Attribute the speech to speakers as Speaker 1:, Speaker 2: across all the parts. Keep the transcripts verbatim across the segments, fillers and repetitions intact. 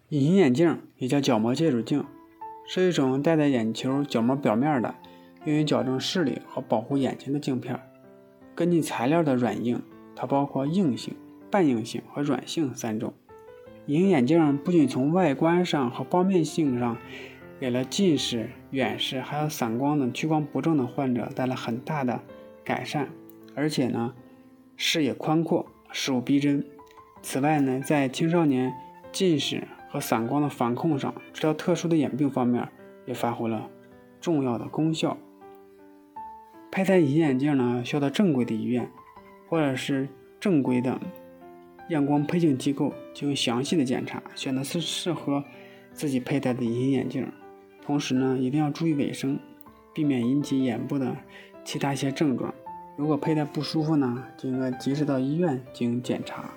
Speaker 1: 隐形眼镜也叫角膜介入镜，是一种戴在眼球角膜表面的，用于矫正视力和保护眼睛的镜片。根据材料的软硬，它包括硬性、半硬性和软性三种。隐形眼镜不仅从外观上和方便性上给了近视、远视还有散光等屈光不正的患者带来很大的改善，而且呢，视野宽阔，事物逼真。此外呢，在青少年近视和散光的防控上，治疗特殊的眼病方面也发挥了重要的功效。佩戴隐形眼镜呢，需要到正规的医院或者是正规的验光配镜机构进行详细的检查，选择适适合自己佩戴的隐形眼镜。同时呢，一定要注意卫生，避免引起眼部的其他一些症状。如果佩戴不舒服呢，就应该及时到医院进行检查。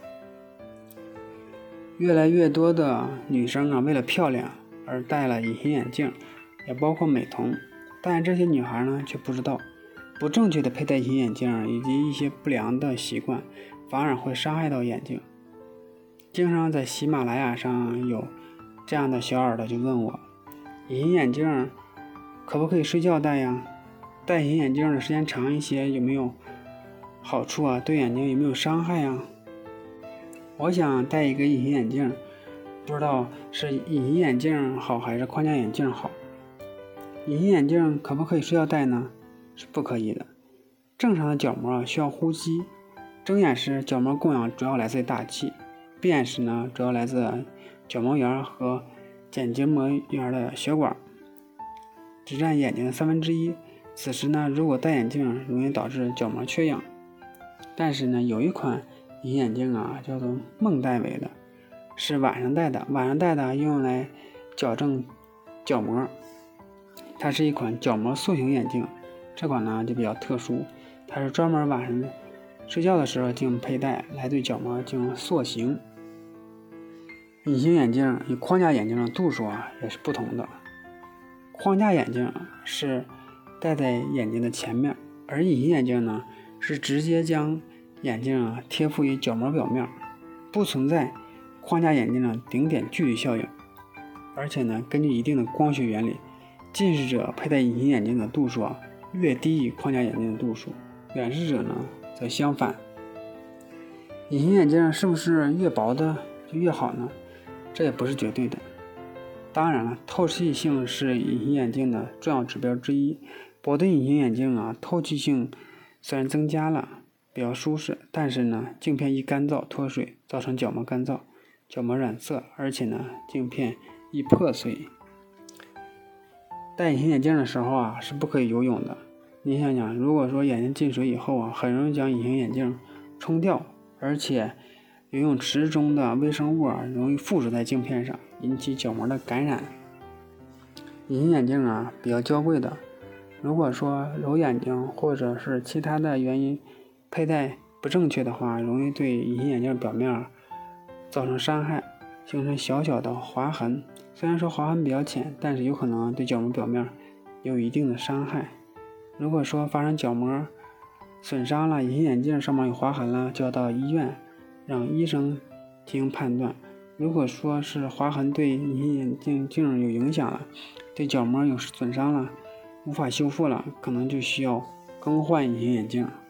Speaker 1: 越来越多的女生啊，为了漂亮而戴了隐形眼镜，也包括美瞳，但这些女孩呢却不知道，不正确的佩戴隐形眼镜以及一些不良的习惯，反而会伤害到眼睛。经常在喜马拉雅上有这样的小耳朵就问我，隐形眼镜可不可以睡觉戴呀？戴隐形眼镜的时间长一些有没有好处啊？对眼睛有没有伤害呀？我想戴一个隐形眼镜，不知道是隐形眼镜好还是框架眼镜好。隐形眼镜可不可以睡觉戴呢？是不可以的。正常的角膜需要呼吸，睁眼时角膜供氧主要来自于大气，闭眼时呢主要来自角膜炎和睑结膜炎的血管，只占眼睛的三分之一。此时呢，如果戴眼镜容易导致角膜缺氧。但是呢，有一款隐形眼镜啊，叫做梦戴维的，是晚上戴的，晚上戴的用来矫正角膜。它是一款角膜塑形眼镜，这款呢就比较特殊，它是专门晚上睡觉的时候进行佩戴，来对角膜进行塑形。隐形眼镜与框架眼镜的度数啊也是不同的，框架眼镜是戴在眼睛的前面，而隐形眼镜呢是直接将眼镜啊贴附于角膜表面，不存在框架眼镜的顶点距离效应。而且呢，根据一定的光学原理，近视者佩戴隐形眼镜的度数啊略低于框架眼镜的度数，远视者呢则相反。隐形眼镜是不是越薄的就越好呢？这也不是绝对的。当然了，透气性是隐形眼镜的重要指标之一。薄的隐形眼镜啊，透气性虽然增加了，比较舒适，但是呢，镜片易干燥脱水，造成角膜干燥、角膜染色，而且呢，镜片易破碎。戴隐形眼镜的时候啊，是不可以游泳的。你想想，如果说眼睛进水以后啊，很容易将隐形眼镜冲掉，而且游泳池中的微生物啊，容易附着在镜片上，引起角膜的感染。隐形眼镜啊，比较娇贵的，如果说揉眼睛或者是其他的原因佩戴不正确的话，容易对隐形眼镜表面造成伤害，形成小小的划痕。虽然说划痕比较浅，但是有可能对角膜表面有一定的伤害。如果说发生角膜损伤了，隐形眼镜上面有划痕了，就要到医院让医生进行判断。如果说是划痕对隐形眼镜镜有影响了，对角膜有损伤了，无法修复了，可能就需要更换隐形眼镜。